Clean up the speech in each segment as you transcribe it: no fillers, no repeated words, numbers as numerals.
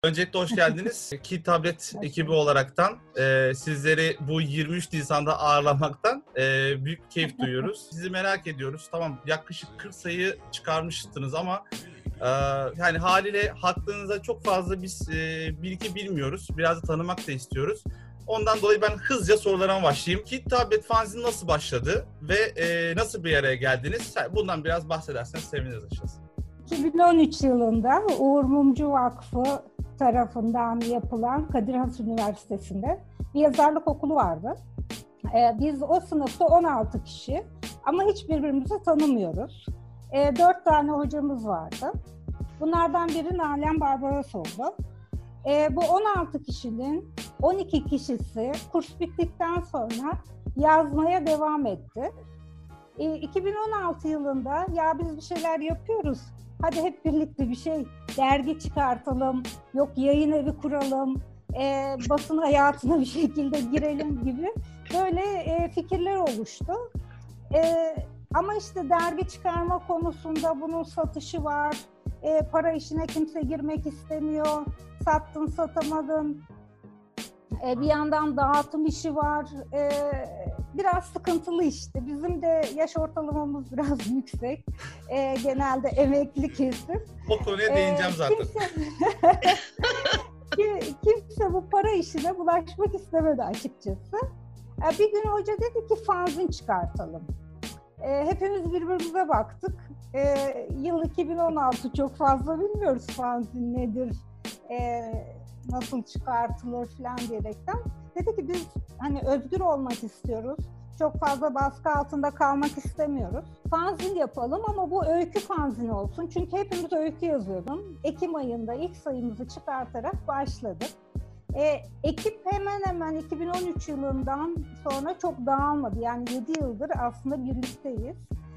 Öncelikle hoş geldiniz. Key Tablet ekibi olaraktan sizleri bu 23 Nisan'da ağırlamaktan büyük keyif duyuyoruz. Sizi merak ediyoruz. Tamam, yaklaşık 40 sayı çıkarmıştınız ama yani haliyle hakkınızda çok fazla biz bilgi bilmiyoruz. Biraz da tanımak da istiyoruz. Ondan dolayı ben hızlıca sorularıma başlayayım. Key Tablet fanzini nasıl başladı ve nasıl bir araya geldiniz? Bundan biraz bahsederseniz seviniriz açıkçası. 2013 yılında Uğur Mumcu Vakfı tarafından yapılan Kadir Has Üniversitesi'nde bir yazarlık okulu vardı. Biz o sınıfta 16 kişi ama hiç birbirimizi tanımıyoruz. 4 tane hocamız vardı. Bunlardan biri Nalan Barbaros oldu. Bu 16 kişinin 12 kişisi kurs bittikten sonra yazmaya devam etti. 2016 yılında ya biz bir şeyler yapıyoruz, hadi hep birlikte bir dergi çıkartalım, yok yayın evi kuralım, basın hayatına bir şekilde girelim gibi böyle fikirler oluştu. Ama işte dergi çıkarma konusunda bunun satışı var, para işine kimse girmek istemiyor, sattın satamadın. Bir yandan dağıtım işi var. Biraz sıkıntılı işte. Bizim de yaş ortalamamız biraz yüksek. Genelde emekli kesim. O konuya değineceğim zaten. Kimse bu para işine bulaşmak istemedi açıkçası. Bir gün hoca dedi ki fanzin çıkartalım. Hepimiz birbirimize baktık. Yıl 2016, çok fazla bilmiyoruz fanzin nedir, nasıl çıkartılır falan diyerekten. Dedi ki biz hani özgür olmak istiyoruz. Çok fazla baskı altında kalmak istemiyoruz. Fanzin yapalım ama bu öykü fanzin olsun. Çünkü hepimiz öykü yazıyordum. Ekim ayında ilk sayımızı çıkartarak başladık. Ekip hemen hemen 2013 yılından sonra çok dağılmadı. Yani 7 yıldır aslında birlikteyiz.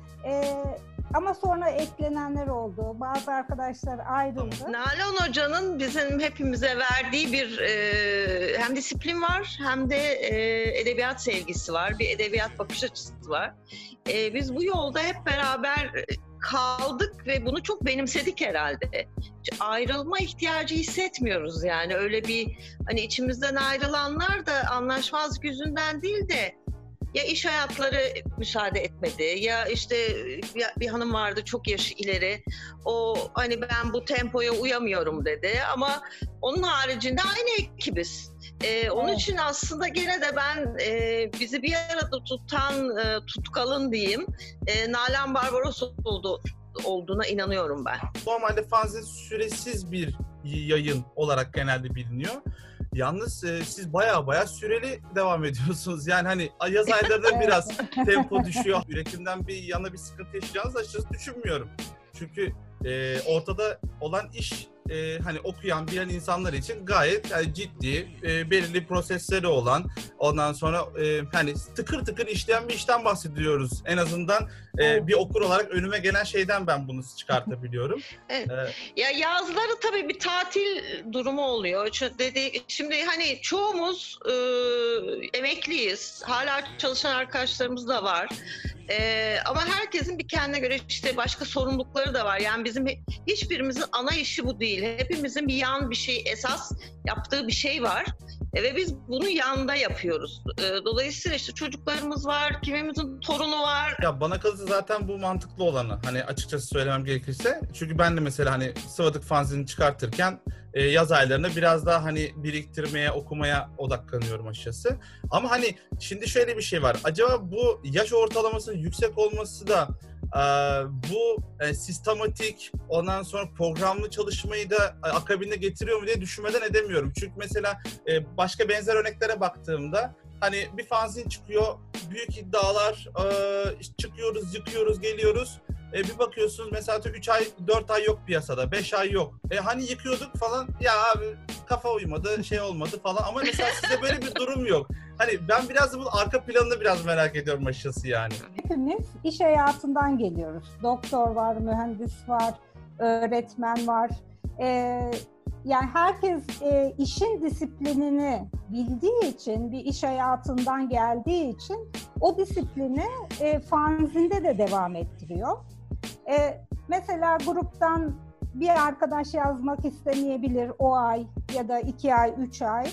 Ama sonra eklenenler oldu. Bazı arkadaşlar ayrıldı. Nalan Hoca'nın bizim hepimize verdiği bir hem disiplin var hem de edebiyat sevgisi var. Bir edebiyat bakış açısı var. Biz bu yolda hep beraber kaldık ve bunu çok benimsedik herhalde. Ayrılma ihtiyacı hissetmiyoruz yani. Öyle bir hani içimizden ayrılanlar da anlaşmazlık yüzünden değil de ya iş hayatları müsaade etmedi ya işte bir hanım vardı çok yaşı ileri, o hani ben bu tempoya uyamıyorum dedi ama onun haricinde aynı ekibiz. Onun için aslında gene de ben bizi bir arada tutan tutkalın diyeyim Nalan Barbaros olduğuna inanıyorum ben. Normalde fanzin süresiz bir yayın olarak genelde biliniyor. Yalnız siz baya süreli devam ediyorsunuz. Yani hani yaz aylarında biraz tempo düşüyor. Üretimden bir yana bir sıkıntı yaşayacağınızı açıkçası düşünmüyorum. Çünkü ortada olan iş hani okuyan, bilen insanlar için gayet yani ciddi, belirli prosesleri olan, ondan sonra hani tıkır tıkır işleyen bir işten bahsediyoruz. En azından bir okur olarak önüme gelen şeyden ben bunu çıkartabiliyorum. Evet. Ya yazları tabii bir tatil durumu oluyor. Şimdi hani çoğumuz emekliyiz. Hala çalışan arkadaşlarımız da var. Ama herkesin bir kendine göre işte başka sorumlulukları da var. Yani bizim hiçbirimizin ana işi bu değil. Hepimizin bir yan bir şey, esas yaptığı bir şey var. Ve biz bunu yanda yapıyoruz. Dolayısıyla işte çocuklarımız var, kimimizin torunu var. Ya bana kalırsa zaten bu mantıklı olanı. Hani açıkçası söylemem gerekirse. Çünkü ben de mesela hani Sıvadık fanzini çıkartırken yaz aylarında biraz daha hani biriktirmeye, okumaya odaklanıyorum açıkçası. Ama hani şimdi şöyle bir şey var. Acaba bu yaş ortalamasının yüksek olması da bu sistematik, ondan sonra programlı çalışmayı da akabinde getiriyor mu diye düşünmeden edemiyorum. Çünkü mesela başka benzer örneklere baktığımda hani bir fanzin çıkıyor, büyük iddialar, çıkıyoruz, yıkıyoruz, geliyoruz. Bir bakıyorsunuz mesela 3 ay, 4 ay yok piyasada, 5 ay yok. Hani yıkıyorduk falan, ya abi kafa uymadı, şey olmadı falan. Ama mesela sizde böyle bir durum yok. Hani ben biraz da bu arka planını biraz merak ediyorum açıkçası yani. Hepimiz iş hayatından geliyoruz. Doktor var, mühendis var, öğretmen var. Yani herkes işin disiplinini bildiği için, bir iş hayatından geldiği için o disiplini fanzinde de devam ettiriyor. Mesela gruptan bir arkadaş yazmak istemeyebilir o ay ya da 2 ay, 3 ay.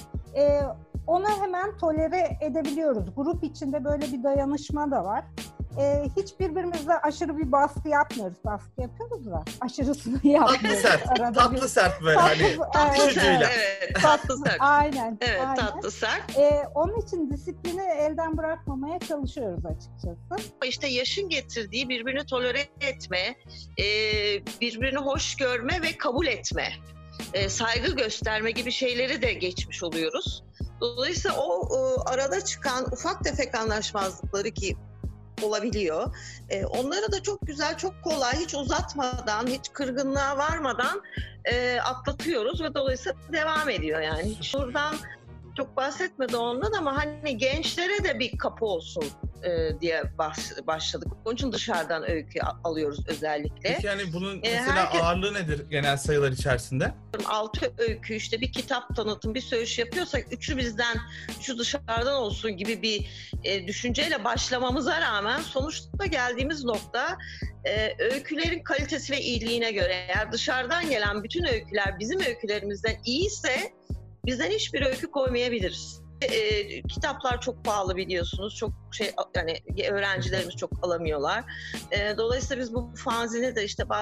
Onu hemen tolere edebiliyoruz. Grup içinde böyle bir dayanışma da var. Hiç birbirimize aşırı bir baskı yapmıyoruz. Baskı yapıyoruz da aşırısını yapmıyoruz. Tatlı sert böyle tatlı ucuyla. Evet, tatlı sert. Aynen. Evet, aynen. tatlı sert. Onun için disiplini elden bırakmamaya çalışıyoruz açıkçası. İşte yaşın getirdiği birbirini tolere etme, birbirini hoş görme ve kabul etme, saygı gösterme gibi şeyleri de geçmiş oluyoruz. Dolayısıyla o arada çıkan ufak tefek anlaşmazlıkları ki olabiliyor. Onları da çok güzel, çok kolay, hiç uzatmadan, hiç kırgınlığa varmadan atlatıyoruz ve dolayısıyla devam ediyor yani. Hiç buradan çok bahsetmedi ondan ama hani gençlere de bir kapı olsun diye başladık. Onun için dışarıdan öykü alıyoruz özellikle. Peki yani bunun mesela ağırlığı nedir genel sayılar içerisinde? 6 öykü işte bir kitap tanıtım, bir söyleşi yapıyorsak 3'ü bizden, şu dışarıdan olsun gibi bir düşünceyle başlamamıza rağmen sonuçta geldiğimiz nokta öykülerin kalitesi ve iyiliğine göre eğer dışarıdan gelen bütün öyküler bizim öykülerimizden iyiyse bizden hiçbir öykü koymayabiliriz. Kitaplar çok pahalı biliyorsunuz. Çok yani öğrencilerimiz çok alamıyorlar. Dolayısıyla biz bu fanzine de işte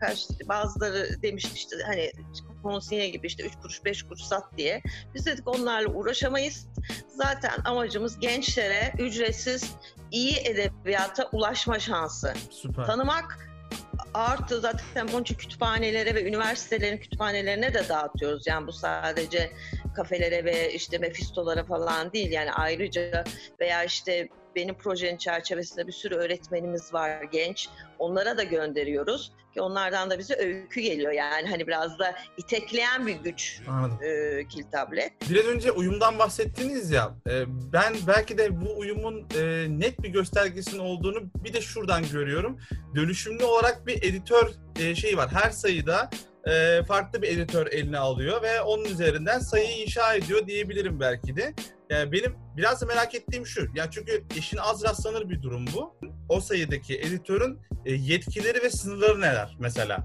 bazıları demişti işte hani konsiye gibi işte 3 kuruş 5 kuruş sat diye. Biz dedik onlarla uğraşamayız. Zaten amacımız gençlere ücretsiz iyi edebiyata ulaşma şansı. Süper. Tanımak. Artı zaten bunun için kütüphanelere ve üniversitelerin kütüphanelerine de dağıtıyoruz. Yani bu sadece kafelere ve işte mefistolara falan değil. Yani ayrıca veya işte benim projenin çerçevesinde bir sürü öğretmenimiz var genç. Onlara da gönderiyoruz ki onlardan da bize öykü geliyor. Yani hani biraz da itekleyen bir güç Kil Tablet. Biraz önce uyumdan bahsettiniz ya. Ben belki de bu uyumun net bir göstergesinin olduğunu bir de şuradan görüyorum. Dönüşümlü olarak bir editör şeyi var. Her sayıda farklı bir editör eline alıyor ve onun üzerinden sayıyı inşa ediyor diyebilirim belki de. Yani benim biraz da merak ettiğim şu. Yani çünkü işin az rastlanır bir durum bu. O sayıdaki editörün yetkileri ve sınırları neler mesela?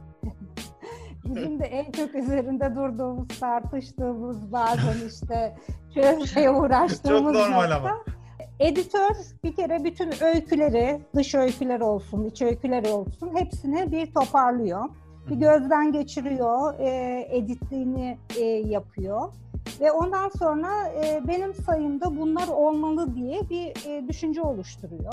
Bizim de en çok üzerinde durduğumuz, tartıştığımız, bazen işte çözmeye uğraştığımız çok normal nokta. Ama. Editör bir kere bütün öyküleri, dış öyküler olsun, iç öyküler olsun hepsini bir toparlıyor. Bir gözden geçiriyor, editliğini yapıyor. Ve ondan sonra benim sayımda bunlar olmalı diye bir düşünce oluşturuyor.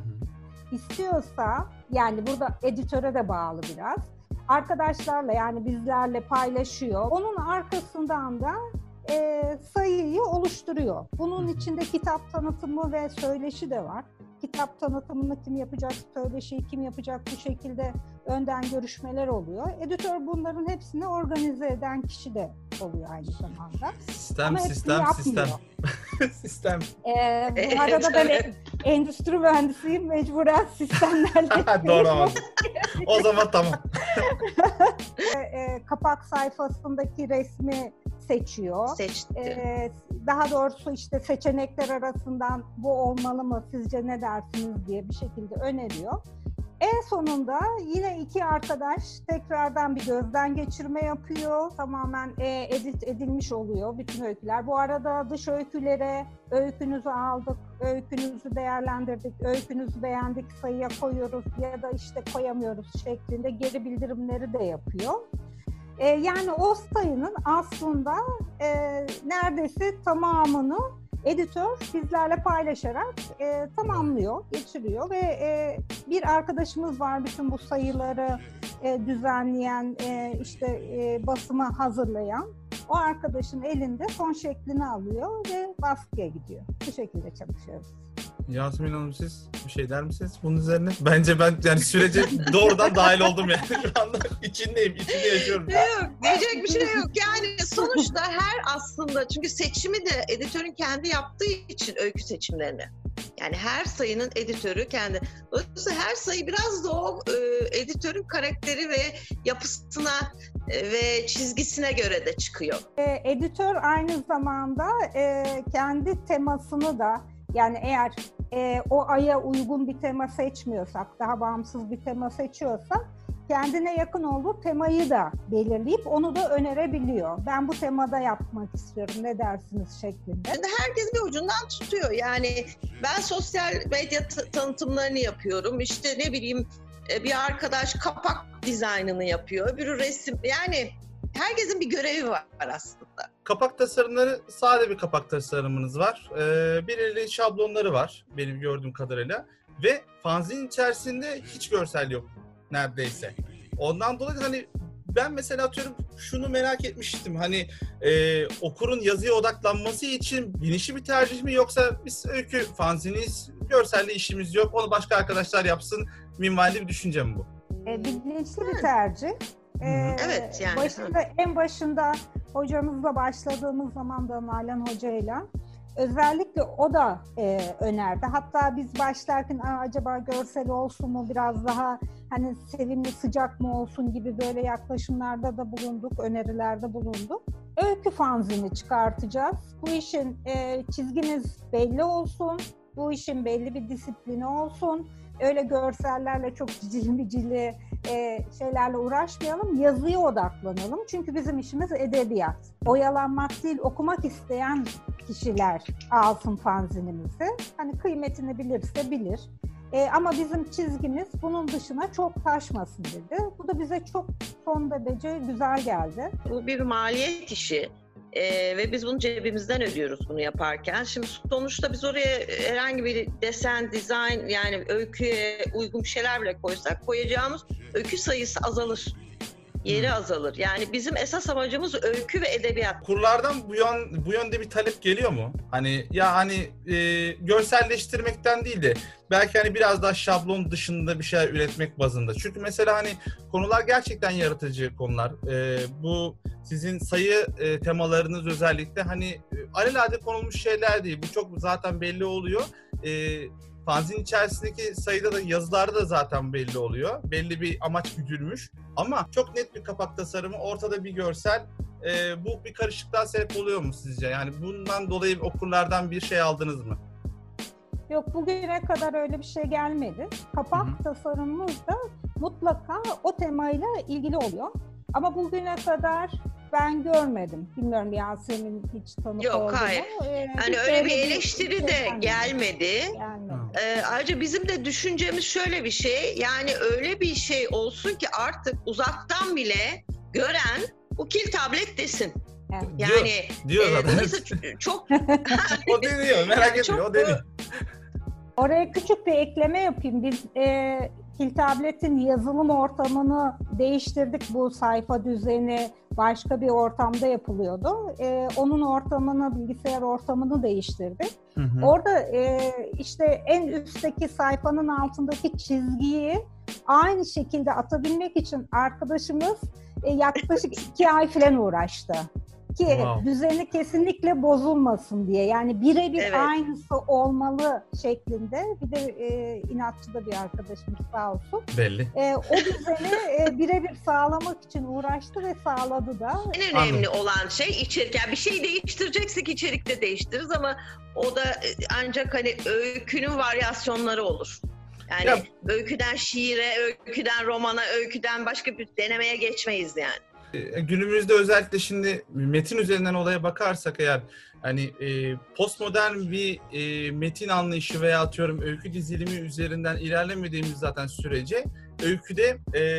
İstiyorsa, yani burada editöre de bağlı biraz, arkadaşlarla yani bizlerle paylaşıyor. Onun arkasından da sayıyı oluşturuyor. Bunun içinde kitap tanıtımı ve söyleşi de var. Kitap tanıtımını kim yapacak, söyleşiyi kim yapacak, bu şekilde önden görüşmeler oluyor. Editör bunların hepsini organize eden kişi de oluyor aynı zamanda. Sistem. Bu arada ben endüstri mühendisiyim, mecburen sistemlerle Doğru. O zaman tamam. Kapak sayfasındaki resmi seçiyor. Seçti. Daha doğrusu işte seçenekler arasından bu olmalı mı, sizce ne dersiniz diye bir şekilde öneriyor. En sonunda yine iki arkadaş tekrardan bir gözden geçirme yapıyor. Tamamen edit edilmiş oluyor bütün öyküler. Bu arada dış öykülere öykünüzü aldık, öykünüzü değerlendirdik, öykünüzü beğendik, sayıya koyuyoruz ya da işte koyamıyoruz şeklinde geri bildirimleri de yapıyor. Yani o sayının aslında neredeyse tamamını editör bizlerle paylaşarak tamamlıyor, geçiriyor ve bir arkadaşımız var bütün bu sayıları düzenleyen, basıma hazırlayan. O arkadaşın elinde son şeklini alıyor ve baskıya gidiyor. Bu şekilde çalışıyoruz. Yasemin Hanım siz bir şey der misiniz bunun üzerine? Bence ben yani sürece doğrudan dahil oldum yani. Şu anda içinde yaşıyorum. Yok, diyecek bir şey yok. Yani sonuçta her aslında çünkü seçimi de editörün kendi yaptığı için öykü seçimlerini. Yani her sayının editörü kendi. Dolayısıyla her sayı biraz da o editörün karakteri ve yapısına ve çizgisine göre de çıkıyor. Editör aynı zamanda kendi temasını da yani eğer o aya uygun bir tema seçmiyorsak, daha bağımsız bir tema seçiyorsak kendine yakın olduğu temayı da belirleyip onu da önerebiliyor. Ben bu temada yapmak istiyorum, ne dersiniz şeklinde. Herkes bir ucundan tutuyor. Yani ben sosyal medya tanıtımlarını yapıyorum. İşte ne bileyim bir arkadaş kapak dizaynını yapıyor. Öbürü resim. Yani herkesin bir görevi var aslında. Kapak tasarımları, sade bir kapak tasarımınız var. Belirli şablonları var benim gördüğüm kadarıyla. Ve fanzinin içerisinde hiç görsel yok neredeyse. Ondan dolayı hani ben mesela atıyorum şunu merak etmiştim. Hani okurun yazıya odaklanması için bilinçli bir tercih mi, yoksa biz öykü fanziniz, görselle işimiz yok, onu başka arkadaşlar yapsın minvalli bir düşünce mi bu? Bilinçli bir tercih. Evet yani. En başında hocamızla başladığımız zaman da Nalan Hoca'yla özellikle o da önerdi. Hatta biz başlarken acaba görsel olsun mu, biraz daha hani sevimli, sıcak mı olsun gibi böyle yaklaşımlarda da bulunduk, önerilerde bulunduk. Öykü fanzini çıkartacağız. Bu işin çizginiz belli olsun, bu işin belli bir disiplini olsun. Öyle görsellerle çok cicili şeylerle uğraşmayalım, yazıya odaklanalım. Çünkü bizim işimiz edebiyat. Oyalanmak değil, okumak isteyen kişiler alsın fanzinimizi. Hani kıymetini bilirse bilir. Ama bizim çizgimiz bunun dışına çok taşmasın dedi. Bu da bize çok son derece güzel geldi. Bu bir maliyet işi. Ve biz bunu cebimizden ödüyoruz bunu yaparken. Şimdi sonuçta biz oraya herhangi bir desen, dizayn, yani öyküye uygun şeyler bile koysak koyacağımız öykü sayısı azalır. Yeri azalır. Yani bizim esas amacımız öykü ve edebiyat. Kurlardan bu yönde bir talep geliyor mu? Hani ya hani görselleştirmekten değil de belki hani biraz daha şablon dışında bir şeyler üretmek bazında. Çünkü mesela hani konular gerçekten yaratıcı konular. Bu sizin sayı temalarınız özellikle hani alelade konulmuş şeyler değil. Bu çok zaten belli oluyor. Fanzin içerisindeki sayıda da, yazılarda da zaten belli oluyor. Belli bir amaç güdülmüş. Ama çok net bir kapak tasarımı, ortada bir görsel. Bu bir karışıklığa sebep oluyor mu sizce? Yani bundan dolayı okurlardan bir şey aldınız mı? Yok, bugüne kadar öyle bir şey gelmedi. Kapak tasarımımız da mutlaka o temayla ilgili oluyor. Ama bugüne kadar ben görmedim. Bilmiyorum, Yasemin hiç tanık oldu mu? Yok, hayır. Yani öyle bir eleştiri de gelmedi. Ayrıca bizim de düşüncemiz şöyle bir şey. Yani öyle bir şey olsun ki artık uzaktan bile gören bu kil tablet desin. Yani diyor zaten. Çok o deniyor, merak etme, o deniyor. Oraya küçük bir ekleme yapayım. Biz Kil Tablet'in yazılım ortamını değiştirdik. Bu sayfa düzeni başka bir ortamda yapılıyordu. Onun ortamını, bilgisayar ortamını değiştirdik. Orada işte en üstteki sayfanın altındaki çizgiyi aynı şekilde atabilmek için arkadaşımız yaklaşık 2 ay falan uğraştı. Ki düzeni kesinlikle bozulmasın diye. Yani birebir aynısı olmalı şeklinde. Bir de inatçı da bir arkadaşımız sağ olsun. Belli. O düzeni birebir sağlamak için uğraştı ve sağladı da. En önemli olan şey içerik. Yani bir şey değiştireceksek içerikte değiştiririz ama o da ancak hani öykünün varyasyonları olur. Yani öyküden şiire, öyküden romana, öyküden başka bir denemeye geçmeyiz yani. Günümüzde özellikle şimdi metin üzerinden olaya bakarsak eğer hani postmodern bir metin anlayışı veya atıyorum öykü dizilimi üzerinden ilerlemediğimiz zaten sürece öyküde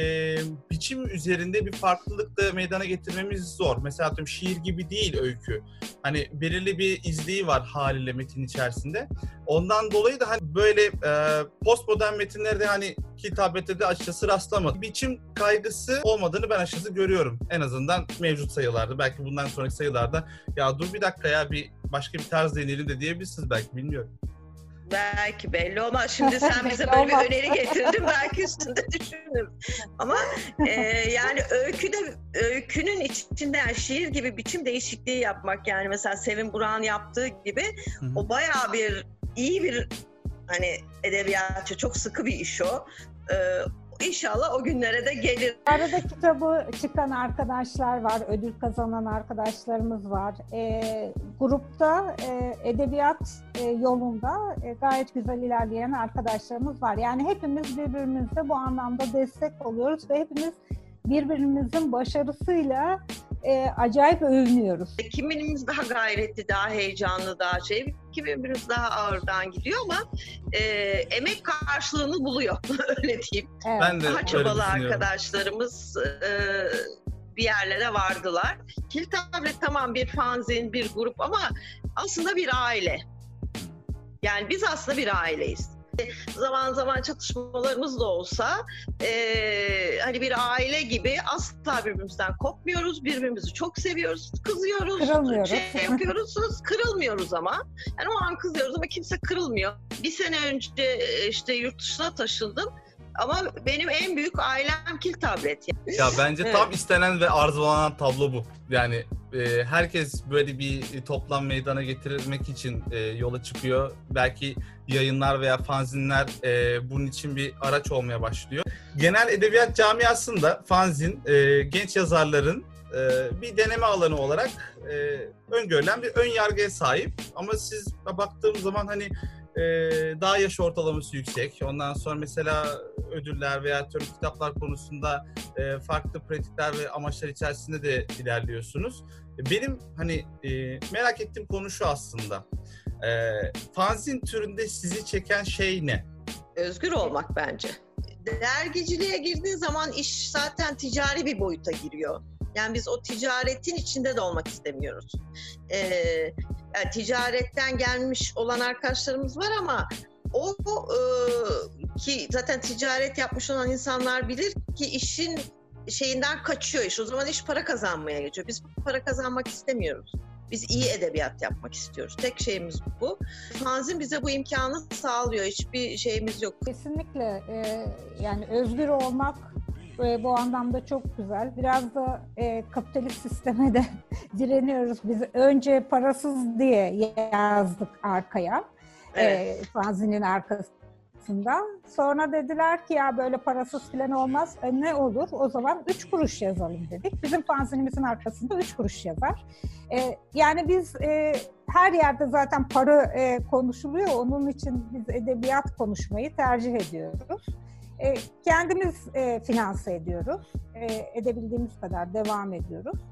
biçim üzerinde bir farklılık da meydana getirmemiz zor. Mesela atıyorum şiir gibi değil öykü. Hani belirli bir izleyi var haliyle metin içerisinde. Ondan dolayı da hani böyle postmodern metinlerde hani kitabette de açıkçası rastlamadım. Biçim kaygısı olmadığını ben açıkçası görüyorum. En azından mevcut sayılarda. Belki bundan sonraki sayılarda ya dur bir dakika ya bir başka bir tarz deneyelim de diyebilirsiniz belki, bilmiyorum. Belki belli olmaz. Şimdi sen bize böyle bir öneri getirdin. Belki üstünde düşünürüz. Ama yani öykünün içinde yani şiir gibi biçim değişikliği yapmak, yani mesela Sevin Burak'ın yaptığı gibi o bayağı iyi bir hani edebiyatçı, çok sıkı bir iş o. İnşallah o günlere de gelir. Arada kitabı çıkan arkadaşlar var, ödül kazanan arkadaşlarımız var. Grupta edebiyat yolunda gayet güzel ilerleyen arkadaşlarımız var. Yani hepimiz birbirimize bu anlamda destek oluyoruz ve hepimiz birbirimizin başarısıyla acayip övünüyoruz. Kimimiz daha gayretli, daha heyecanlı, daha kimimiz daha ağırdan gidiyor ama emek karşılığını buluyor, öyle diyeyim. Evet. Ben de Daha öyle çabalı düşünüyorum. arkadaşlarımız bir yerlere vardılar. Kil Tablet tamam bir fanzin, bir grup ama aslında bir aile. Yani biz aslında bir aileyiz. Zaman zaman çatışmalarımız da olsa hani bir aile gibi asla birbirimizden kopmuyoruz. Birbirimizi çok seviyoruz, kızıyoruz, Kırılmıyoruz. yapıyoruz, kırılmıyoruz ama. Yani o an kızıyoruz ama kimse kırılmıyor. Bir sene önce işte yurt dışına taşındım. Ama benim en büyük ailem Kil Tablet. Ya bence Evet. tam istenen ve arzulanan tablo bu. Yani herkes böyle bir toplam meydana getirmek için yola çıkıyor. Belki yayınlar veya fanzinler bunun için bir araç olmaya başlıyor. Genel edebiyat camiasında fanzin genç yazarların bir deneme alanı olarak öngörülen bir ön yargıya sahip. Ama siz baktığımız zaman hani daha yaş ortalaması yüksek. Ondan sonra mesela ödüller veya kitaplar konusunda farklı pratikler ve amaçlar içerisinde de ilerliyorsunuz. Benim hani merak ettiğim konu şu aslında. Fanzin türünde sizi çeken şey ne? Özgür olmak bence. Dergiciliğe girdiğin zaman iş zaten ticari bir boyuta giriyor. Yani biz o ticaretin içinde de olmak istemiyoruz. Yani ticaretten gelmiş olan arkadaşlarımız var ama o ki zaten ticaret yapmış olan insanlar bilir ki işin şeyinden kaçıyor iş. O zaman iş para kazanmaya geçiyor. Biz para kazanmak istemiyoruz. Biz iyi edebiyat yapmak istiyoruz. Tek şeyimiz bu. Fanzin bize bu imkanı sağlıyor. Hiçbir şeyimiz yok. Kesinlikle yani özgür olmak bu anlamda çok güzel. Biraz da kapitalist sisteme de direniyoruz. Biz önce parasız diye yazdık arkaya. Evet. Fanzinin arkasında. Sonra dediler ki ya böyle parasız falan olmaz. Ne olur? O zaman 3 kuruş yazalım dedik. Bizim fanzinimizin arkasında 3 kuruş yazar. Yani biz her yerde zaten para konuşuluyor. Onun için biz edebiyat konuşmayı tercih ediyoruz. Kendimiz finanse ediyoruz. Edebildiğimiz kadar devam ediyoruz.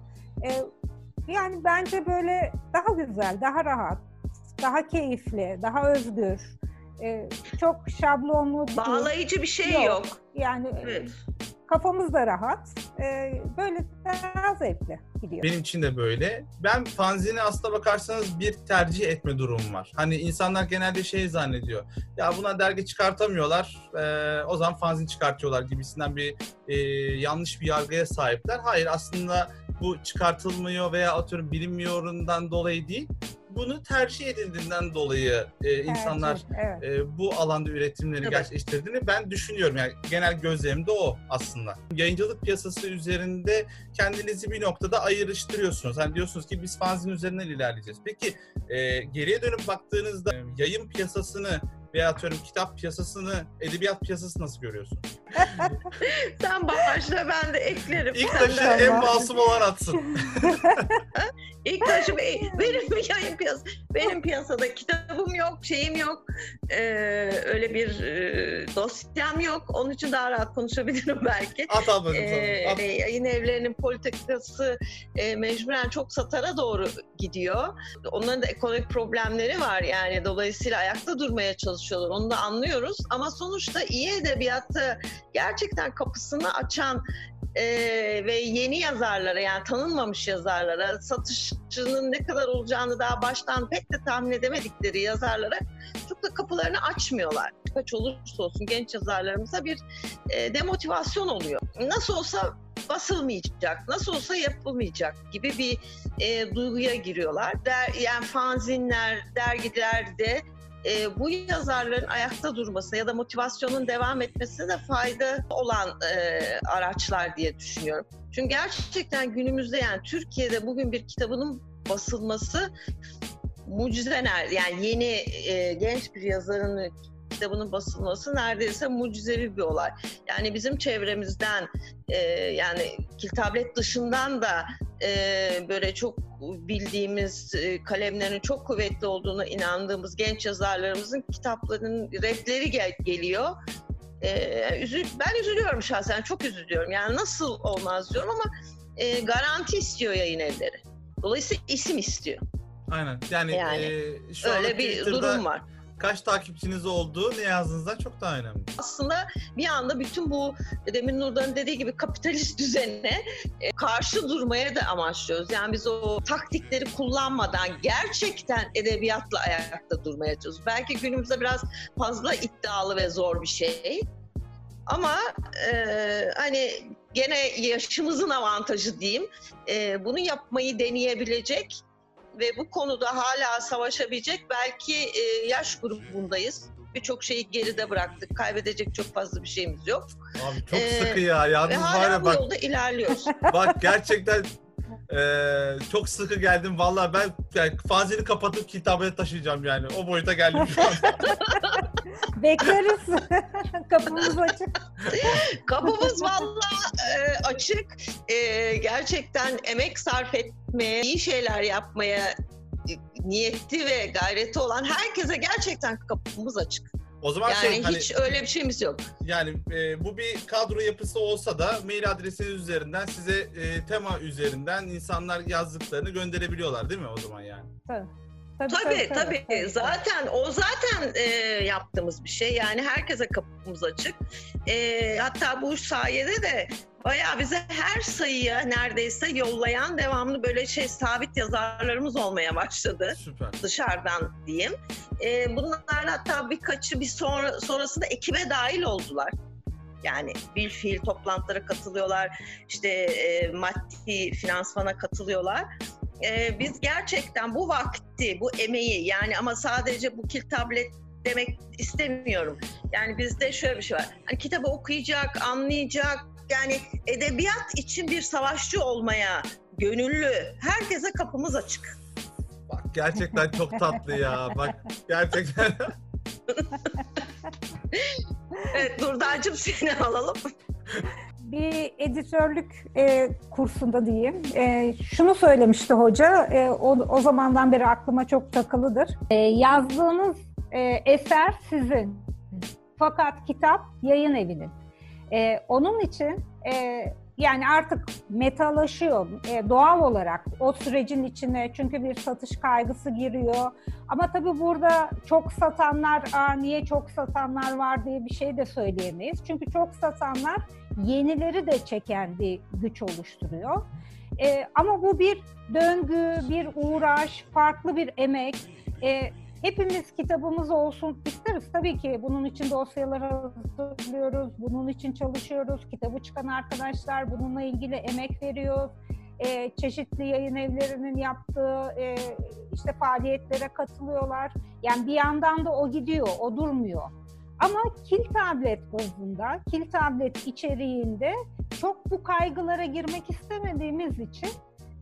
Yani bence böyle daha güzel, daha rahat, daha keyifli, daha özgür. Çok şablonlu değil. Bağlayıcı bir şey yok. Yani Evet. kafamız da rahat. Böyle daha zevkli gidiyor. Benim için de böyle. Ben fanzini aslına bakarsanız bir tercih etme durumu var. Hani insanlar genelde şey zannediyor. Ya buna dergi çıkartamıyorlar. O zaman fanzin çıkartıyorlar gibisinden bir yanlış bir yargıya sahipler. Hayır, aslında bu çıkartılmıyor veya atıyorum bilinmiyorundan dolayı değil. Bunu tercih edildiğinden dolayı insanlar evet. bu alanda üretimleri gerçekleştirdiğini ben düşünüyorum. Yani genel gözlemim de o aslında. Yayıncılık piyasası üzerinde kendinizi bir noktada ayrıştırıyorsunuz. Hani diyorsunuz ki biz fanzin üzerinden ilerleyeceğiz. Peki geriye dönüp baktığınızda yayın piyasasını veya atıyorum kitap piyasasını, edebiyat piyasasını nasıl görüyorsun? Sen başla, ben de eklerim. İlk taşı en masum olan atsın. İlk taşı benim yayın piyasası. Benim piyasada kitabım yok, şeyim yok. Öyle bir dosyam yok. Onun için daha rahat konuşabilirim belki. At ablacığım sana. Yayın evlerinin politikası mecburen çok satara doğru gidiyor. Onların da ekonomik problemleri var yani. Dolayısıyla ayakta durmaya çalışıyorlar. Onu da anlıyoruz. Ama sonuçta iyi edebiyatı gerçekten kapısını açan ve yeni yazarlara, yani tanınmamış yazarlara, satışçının ne kadar olacağını daha baştan pek de tahmin edemedikleri yazarlara çok da kapılarını açmıyorlar. Kaç olursa olsun genç yazarlarımıza bir demotivasyon oluyor. Nasıl olsa basılmayacak, nasıl olsa yapılmayacak gibi bir duyguya giriyorlar. Yani fanzinler, dergilerde bu yazarların ayakta durması ya da motivasyonun devam etmesine de fayda olan araçlar diye düşünüyorum. Çünkü gerçekten günümüzde, yani Türkiye'de bugün bir kitabının basılması mucizeler. Yani yeni genç bir yazarın kitabının basılması neredeyse mucizevi bir olay. Yani bizim çevremizden yani Kiltablet dışından da böyle çok bildiğimiz, kalemlerin çok kuvvetli olduğuna inandığımız genç yazarlarımızın kitaplarının repleri geliyor. Ben üzülüyorum şahsen, çok üzülüyorum. Yani nasıl olmaz diyorum ama garanti istiyor yayın evleri. Dolayısıyla isim istiyor. Aynen. Yani şu öyle bir durum var. Kaç takipçiniz olduğu ne yazdığınızdan çok daha önemli. Aslında bir anda bütün bu demin Nurdan'ın dediği gibi kapitalist düzene karşı durmaya da amaçlıyoruz. Yani biz o taktikleri kullanmadan gerçekten edebiyatla ayakta durmaya çalışıyoruz. Belki günümüzde biraz fazla iddialı ve zor bir şey. Ama hani gene yaşımızın avantajı diyeyim. Bunu yapmayı deneyebilecek ve bu konuda hala savaşabilecek belki yaş grubundayız. Birçok şeyi geride bıraktık. Kaybedecek çok fazla bir şeyimiz yok. Abi çok sıkı ya. Yalnız ve hala bu bak, yolda ilerliyoruz. Bak gerçekten çok sıkı geldim. Vallahi ben yani fanzini kapatıp kitabı taşıyacağım yani. O boyuta geldim şu an. Bekleriz. Kapımız açık. Kapımız vallahi açık. Gerçekten emek sarf etmeye, iyi şeyler yapmaya niyetli ve gayreti olan herkese gerçekten kapımız açık. O zaman yani hiç öyle bir şeyimiz yok. Yani bu bir kadro yapısı olsa da mail adresiniz üzerinden size tema üzerinden insanlar yazdıklarını gönderebiliyorlar değil mi o zaman yani? Tabii. Zaten yaptığımız bir şey. Yani herkese kapımız açık. Hatta bu sayede de bayağı bize her sayıya neredeyse yollayan devamlı böyle sabit yazarlarımız olmaya başladı. Süper. Dışarıdan diyeyim. Bunların hatta birkaçı sonrasında ekibe dahil oldular. Yani bilfiil toplantılara katılıyorlar. İşte maddi finansmana katılıyorlar. Biz gerçekten bu vakti, bu emeği yani ama sadece bu Kiltablet demek istemiyorum. Yani bizde şöyle bir şey var. Hani kitabı okuyacak, anlayacak, yani edebiyat için bir savaşçı olmaya gönüllü herkese kapımız açık. Bak gerçekten çok tatlı ya. Bak gerçekten. Evet Nurdancığım seni alalım. Bir editörlük kursunda diyeyim. Şunu söylemişti hoca, o zamandan beri aklıma çok takılıdır. Yazdığınız eser sizin, fakat kitap yayın evinin. Onun için yani artık metalaşıyor doğal olarak o sürecin içine, çünkü bir satış kaygısı giriyor. Ama tabii burada çok satanlar, niye çok satanlar var diye bir şey de söyleyemeyiz. Çünkü çok satanlar yenileri de çeken bir güç oluşturuyor. Ama bu bir döngü, bir uğraş, farklı bir emek. Hepimiz kitabımız olsun isteriz. Tabii ki bunun için dosyalar hazırlıyoruz, bunun için çalışıyoruz. Kitabı çıkan arkadaşlar bununla ilgili emek veriyor. Çeşitli yayın evlerinin yaptığı işte faaliyetlere katılıyorlar. Yani bir yandan da o gidiyor, o durmuyor. Ama Kiltablet bazında, Kiltablet içeriğinde çok bu kaygılara girmek istemediğimiz için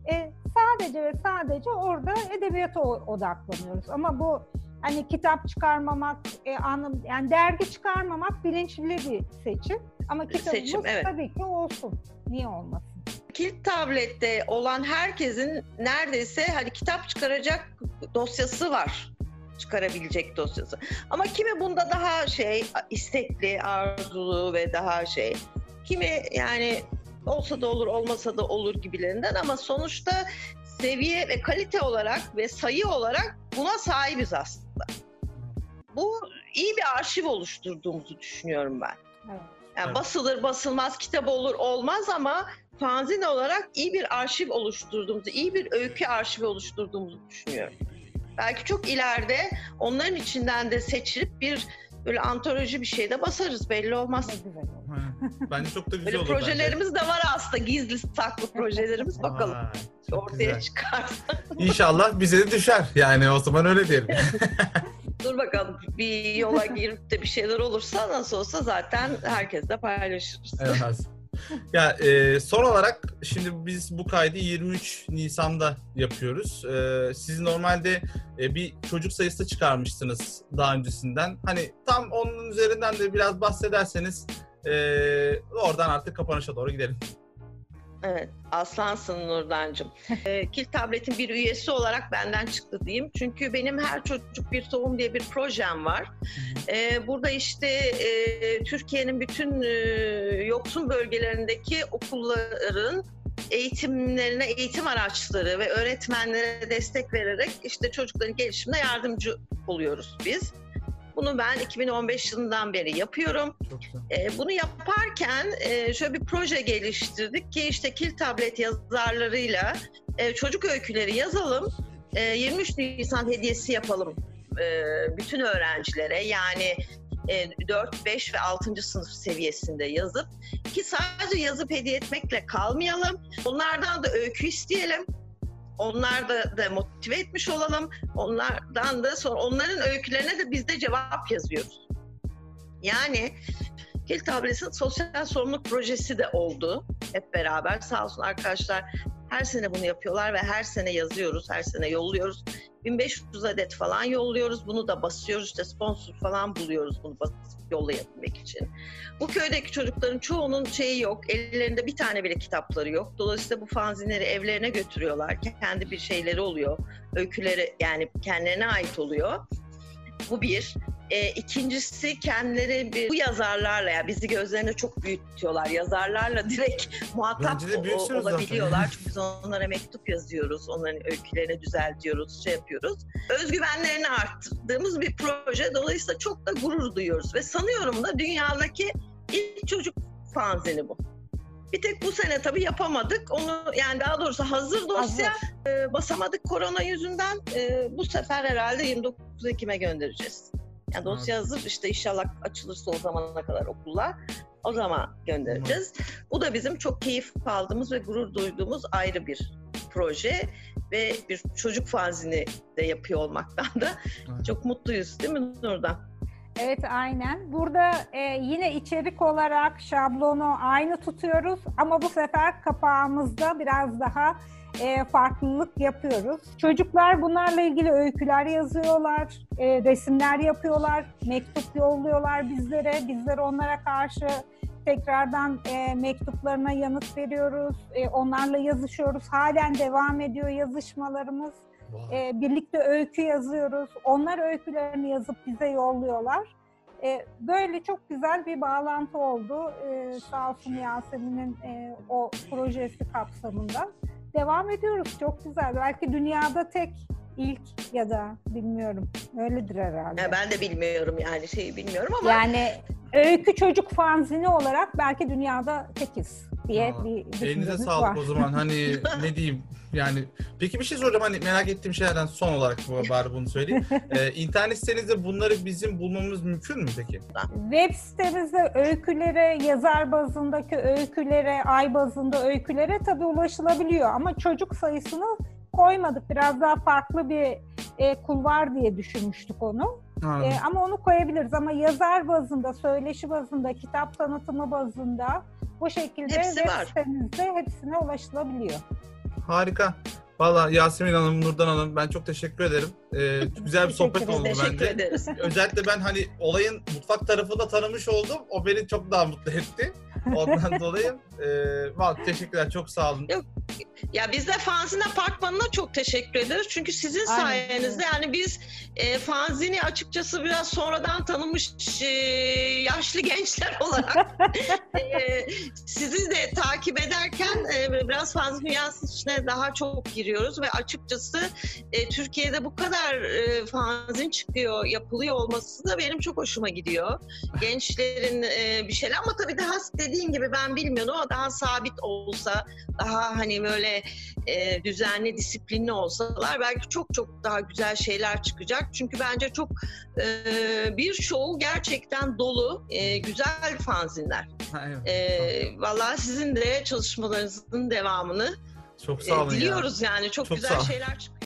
sadece ve sadece orada edebiyata odaklanıyoruz. Ama bu hani kitap çıkarmamak, yani dergi çıkarmamak bilinçli bir seçim. Ama kitabımız evet, tabii ki olsun. Niye olmasın? Kiltablet'te olan herkesin neredeyse hani kitap çıkaracak dosyası var. Çıkarabilecek dosyası. Ama kimi bunda daha istekli, arzulu ve daha kimi yani olsa da olur, olmasa da olur gibilerinden ama sonuçta seviye ve kalite olarak ve sayı olarak buna sahibiz aslında. Bu iyi bir arşiv oluşturduğumuzu düşünüyorum ben. Evet. Yani basılır, basılmaz, kitap olur, olmaz ama fanzin olarak iyi bir arşiv oluşturduğumuzu, iyi bir öykü arşivi oluşturduğumuzu düşünüyorum. Belki çok ileride onların içinden de seçilip bir böyle antoloji bir şey de basarız, belli olmaz. Bence çok da güzel böyle olur. Projelerimiz de var aslında, gizli saklı projelerimiz, bakalım. Ortaya çıkar. İnşallah bize de düşer. Yani o zaman öyle diyelim. Dur bakalım, bir yola girip de bir şeyler olursa nasıl olsa zaten herkesle paylaşırız. Evet. Ya son olarak şimdi biz bu kaydı 23 Nisan'da yapıyoruz. Siz normalde bir çocuk sayısı çıkarmıştınız daha öncesinden. Hani tam onun üzerinden de biraz bahsederseniz oradan artık kapanışa doğru gidelim. Evet, aslansın Nurdancığım. Kilit Tablet'in bir üyesi olarak benden çıktı diyeyim. Çünkü benim Her Çocuk Bir Tohum diye bir projem var. Burada işte Türkiye'nin bütün yoksul bölgelerindeki okulların eğitimlerine eğitim araçları ve öğretmenlere destek vererek işte çocukların gelişimine yardımcı oluyoruz biz. Bunu ben 2015 yılından beri yapıyorum. Çok güzel. Bunu yaparken şöyle bir proje geliştirdik ki işte Kilit Tablet yazarlarıyla çocuk öyküleri yazalım. 23 Nisan hediyesi yapalım bütün öğrencilere. Yani 4, 5 ve 6. sınıf seviyesinde yazıp ki sadece yazıp hediye etmekle kalmayalım. Onlardan da öykü isteyelim. Onlar da motive etmiş olalım. Onlardan da sonra onların öykülerine de biz de cevap yazıyoruz. Yani Kilit Tablet'in sosyal sorumluluk projesi de oldu hep beraber. Sağ olsun arkadaşlar her sene bunu yapıyorlar ve her sene yazıyoruz, her sene yolluyoruz. 1500 adet falan yolluyoruz. Bunu da basıyoruz, işte sponsor falan buluyoruz bunu basıp yollayabilmek için. Bu köydeki çocukların çoğunun şeyi yok, ellerinde bir tane bile kitapları yok. Dolayısıyla bu fanzinleri evlerine götürüyorlar. Kendi bir şeyleri oluyor, öyküleri yani kendilerine ait oluyor. Bu bir. İkincisi kendileri bu yazarlarla, yani bizi gözlerine çok büyütüyorlar. Yazarlarla direkt muhatap olabiliyorlar. Çünkü biz onlara mektup yazıyoruz. Onların öykülerini düzeltiyoruz, şey yapıyoruz. Özgüvenlerini arttırdığımız bir proje. Dolayısıyla çok da gurur duyuyoruz. Ve sanıyorum da dünyadaki ilk çocuk fanzini bu. Bir tek bu sene tabii yapamadık. Onu yani daha doğrusu hazır dosya basamadık korona yüzünden. Bu sefer herhalde 29 Ekim'e göndereceğiz. Yani dosya hazır, işte inşallah açılırsa o zamana kadar okullar, o zaman göndereceğiz. Bu da bizim çok keyif aldığımız ve gurur duyduğumuz ayrı bir proje ve bir çocuk fanzini de yapıyor olmaktan da çok mutluyuz değil mi Nurdan? Evet, aynen. Burada yine içerik olarak şablonu aynı tutuyoruz ama bu sefer kapağımızda biraz daha farklılık yapıyoruz. Çocuklar bunlarla ilgili öyküler yazıyorlar, resimler yapıyorlar, mektup yolluyorlar bizlere. Bizler onlara karşı tekrardan mektuplarına yanıt veriyoruz, onlarla yazışıyoruz. Halen devam ediyor yazışmalarımız. Birlikte öykü yazıyoruz. Onlar öykülerini yazıp bize yolluyorlar. Böyle çok güzel bir bağlantı oldu. Sağ olsun Yasemin'in o projesi kapsamında. Devam ediyoruz. Çok güzel. Belki dünyada tek ilk ya da bilmiyorum. Öyledir herhalde. Ya ben de bilmiyorum yani bilmiyorum ama. Yani öykü çocuk fanzini olarak belki dünyada tekiz diye bir düşüncemiz var. Elinize sağlık o zaman. Hani ne diyeyim yani. Peki bir şey soracağım, hani merak ettiğim şeylerden son olarak bari bunu söyleyeyim. İnternet sitenizde bunları bizim bulmamız mümkün mü peki? Web sitemizde öykülere, yazar bazındaki öykülere, ay bazında öykülere tabii ulaşılabiliyor ama çocuk sayısını koymadık. Biraz daha farklı bir kulvar diye düşünmüştük onu. Ama onu koyabiliriz. Ama yazar bazında, söyleşi bazında, kitap tanıtımı bazında bu şekilde web sitemizde hepsine ulaşılabiliyor. Harika. Valla Yasemin Hanım, Nurdan Hanım, ben çok teşekkür ederim. Güzel bir sohbet oldu bence. Ederiz. Özellikle ben hani olayın mutfak tarafını tanımış oldum. O beni çok daha mutlu etti. Ondan dolayı teşekkürler. Çok sağ olun. Yok. Ya biz de Fanzin Apartmanı'na çok teşekkür ederiz. Çünkü sizin sayenizde yani biz fanzini açıkçası biraz sonradan tanımış yaşlı gençler olarak sizi de takip ederken biraz fanzin dünyasının içine daha çok giriyoruz ve açıkçası Türkiye'de bu kadar fanzin çıkıyor, yapılıyor olması da benim çok hoşuma gidiyor. Gençlerin bir şeyler ama tabii daha dediğin gibi ben bilmiyordum ama daha sabit olsa, daha hani böyle düzenli, disiplinli olsalar belki çok çok daha güzel şeyler çıkacak. Çünkü bence çok birçoğu gerçekten dolu, güzel fanzinler. Vallahi sizin de çalışmalarınızın devamını çok sağ olun diliyoruz yani. Çok güzel sağ olun. şeyler çıkıyor.